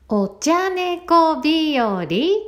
お茶猫日和。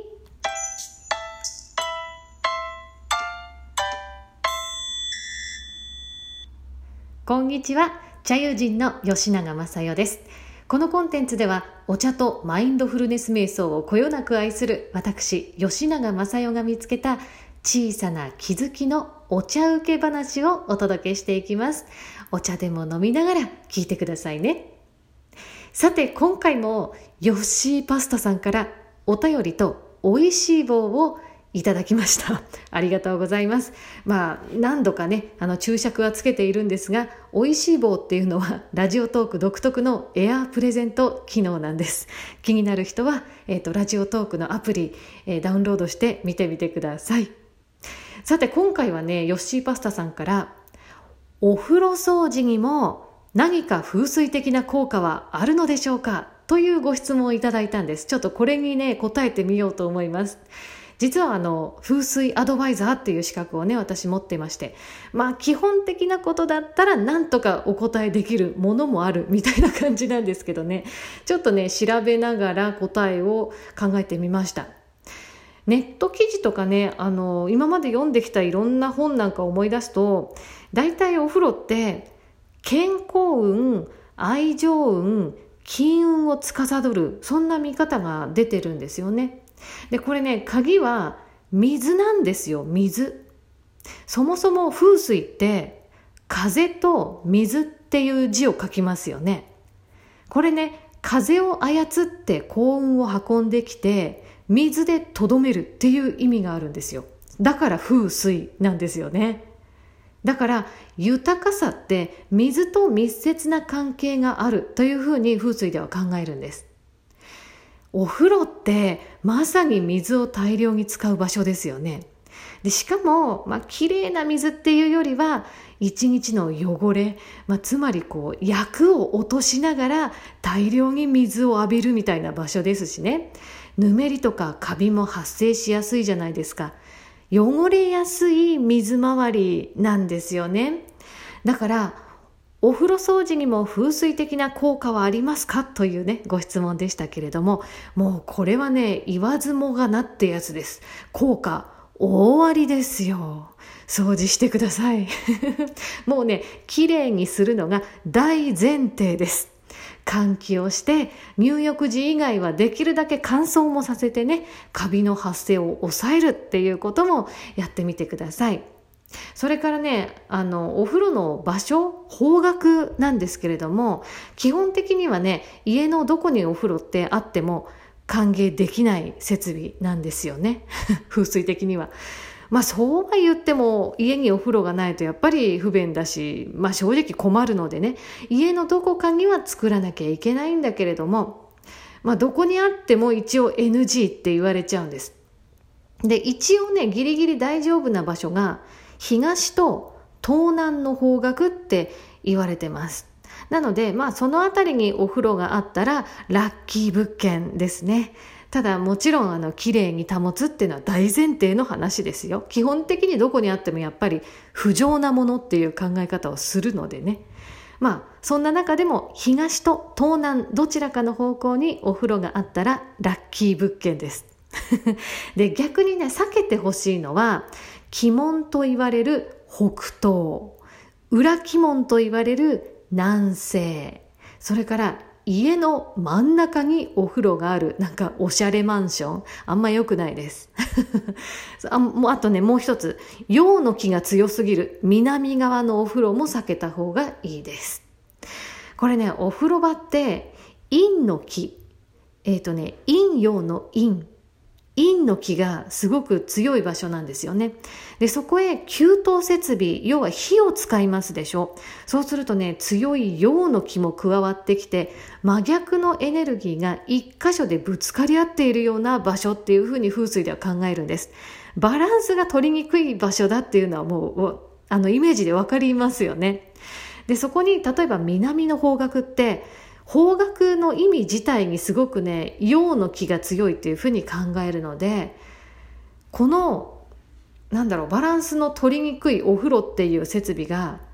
こんにちは、茶友人の吉永正代です。このコンテンツではお茶とマインドフルネス瞑想をこよなく愛する私吉永正代が見つけた小さな気づきのお茶受け話をお届けしていきます。お茶でも飲みながら聞いてくださいね。さて、今回もヨッシーパスタさんからお便りとおいしい棒をいただきました。ありがとうございます。何度かね注釈はつけているんですが、おいしい棒っていうのはラジオトーク独特のエアープレゼント機能なんです。気になる人は、ラジオトークのアプリ、ダウンロードして見てみてください。さて、今回はねヨッシーパスタさんからお風呂掃除にも何か風水的な効果はあるのでしょうかというご質問をいただいたんです。ちょっとこれにね答えてみようと思います。実は風水アドバイザーっていう資格をね私持ってまして、基本的なことだったらなんとかお答えできるものもあるみたいな感じなんですけどね、ちょっとね調べながら答えを考えてみました。ネット記事とかね今まで読んできたいろんな本なんかを思い出すと、だいたいお風呂って健康運、愛情運、金運を司る、そんな見方が出てるんですよね。でこれね、鍵は水なんですよ。水。そもそも風水って風と水っていう字を書きますよね。これね、風を操って幸運を運んできて水でとどめるっていう意味があるんですよ。だから風水なんですよね。だから豊かさって水と密接な関係があるというふうに風水では考えるんです。お風呂ってまさに水を大量に使う場所ですよね。でしかもきれいな水っていうよりは一日の汚れ、つまり厄を落としながら大量に水を浴びるみたいな場所ですしね。ぬめりとかカビも発生しやすいじゃないですか。汚れやすい水回りなんですよね。だからお風呂掃除にも風水的な効果はありますかというねご質問でしたけれども、もうこれはね言わずもがなってやつです。効果大ありですよ。掃除してくださいもうねきれいにするのが大前提です。換気をして入浴時以外はできるだけ乾燥もさせてね、カビの発生を抑えるっていうこともやってみてください。それからねお風呂の場所、方角なんですけれども、基本的にはね家のどこにお風呂ってあっても歓迎できない設備なんですよね風水的には。そうは言っても家にお風呂がないとやっぱり不便だし、正直困るのでね、家のどこかには作らなきゃいけないんだけれども、どこにあっても一応 NG って言われちゃうんです。で一応ねギリギリ大丈夫な場所が東と東南の方角って言われてます。なのでそのあたりにお風呂があったらラッキー物件ですね。ただもちろんきれいに保つっていうのは大前提の話ですよ。基本的にどこにあってもやっぱり不浄なものっていう考え方をするのでね、そんな中でも東と東南どちらかの方向にお風呂があったらラッキー物件ですで逆にね避けてほしいのは鬼門と言われる北東、裏鬼門と言われる南西、それから家の真ん中にお風呂があるおしゃれマンション、あんま良くないですあとねもう一つ、陽の気が強すぎる南側のお風呂も避けた方がいいです。これねお風呂場って陰の気、陰陽の陰の気がすごく強い場所なんですよね。でそこへ給湯設備、要は火を使いますでしょ。そうするとね強い陽の気も加わってきて、真逆のエネルギーが一箇所でぶつかり合っているような場所っていうふうに風水では考えるんです。バランスが取りにくい場所だっていうのはもうイメージでわかりますよね。でそこに例えば南の方角って方角の意味自体にすごくね陽の気が強いっていうふうに考えるので、このバランスの取りにくいお風呂っていう設備が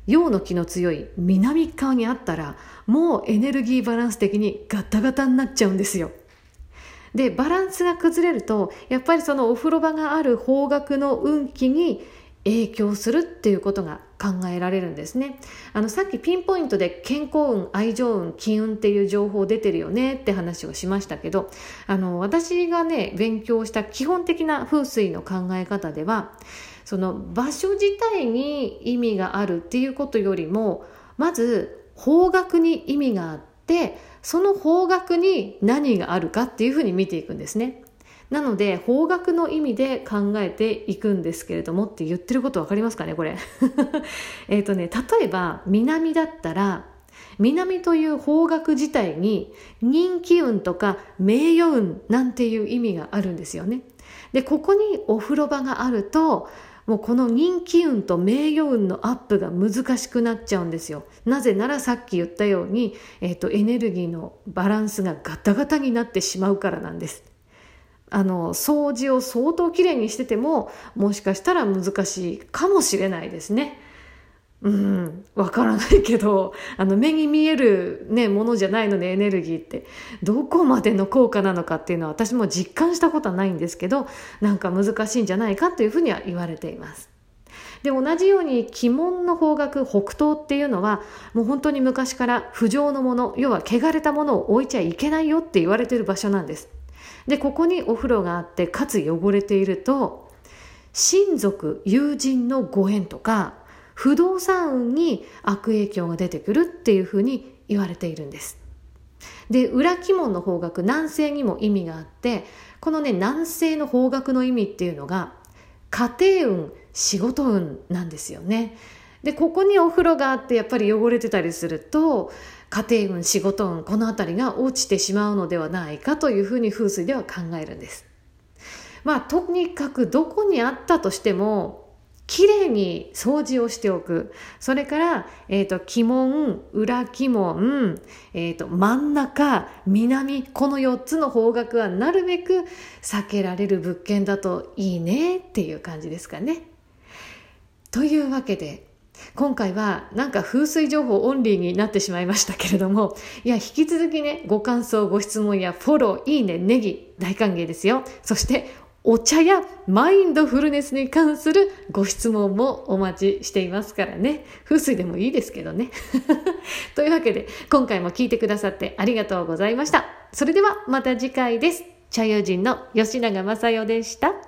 陽の気の強い南側にあったら、もうエネルギーバランス的にガタガタになっちゃうんですよ。でバランスが崩れると、やっぱりそのお風呂場がある方角の運気に影響するっていうことが考えられるんですね。さっきピンポイントで健康運、愛情運、金運っていう情報出てるよねって話をしましたけど、私がね勉強した基本的な風水の考え方では、その場所自体に意味があるっていうことよりも、まず方角に意味があって、その方角に何があるかっていうふうに見ていくんですね。なので方角の意味で考えていくんですけれども、って言ってること分かりますかねこれ例えば南だったら、南という方角自体に人気運とか名誉運なんていう意味があるんですよね。でここにお風呂場があると、もうこの人気運と名誉運のアップが難しくなっちゃうんですよ。なぜならさっき言ったように、エネルギーのバランスがガタガタになってしまうからなんです。掃除を相当きれいにしてても、もしかしたら難しいかもしれないですね。わからないけど、目に見えるねものじゃないので、エネルギーってどこまでの効果なのかっていうのは私も実感したことはないんですけど、なんか難しいんじゃないかというふうには言われています。で同じように鬼門の方角、北東っていうのはもう本当に昔から不浄のもの、要は汚れたものを置いちゃいけないよって言われている場所なんです。でここにお風呂があって、かつ汚れていると、親族友人のご縁とか不動産運に悪影響が出てくるっていうふうに言われているんです。で裏鬼門の方角、南西にも意味があって、このね南西の方角の意味っていうのが家庭運、仕事運なんですよね。でここにお風呂があって、やっぱり汚れてたりすると、家庭運、仕事運、このあたりが落ちてしまうのではないかというふうに風水では考えるんです。とにかくどこにあったとしてもきれいに掃除をしておく。それから、鬼門、裏鬼門、真ん中、南、この4つの方角はなるべく避けられる物件だといいねっていう感じですかね。というわけで、今回はなんか風水情報オンリーになってしまいましたけれども、引き続きね、ご感想、ご質問やフォロー、いいね、ネギ大歓迎ですよ。そしてお茶やマインドフルネスに関するご質問もお待ちしていますからね。風水でもいいですけどねというわけで、今回も聞いてくださってありがとうございました。それではまた次回です。茶友人の吉永正代でした。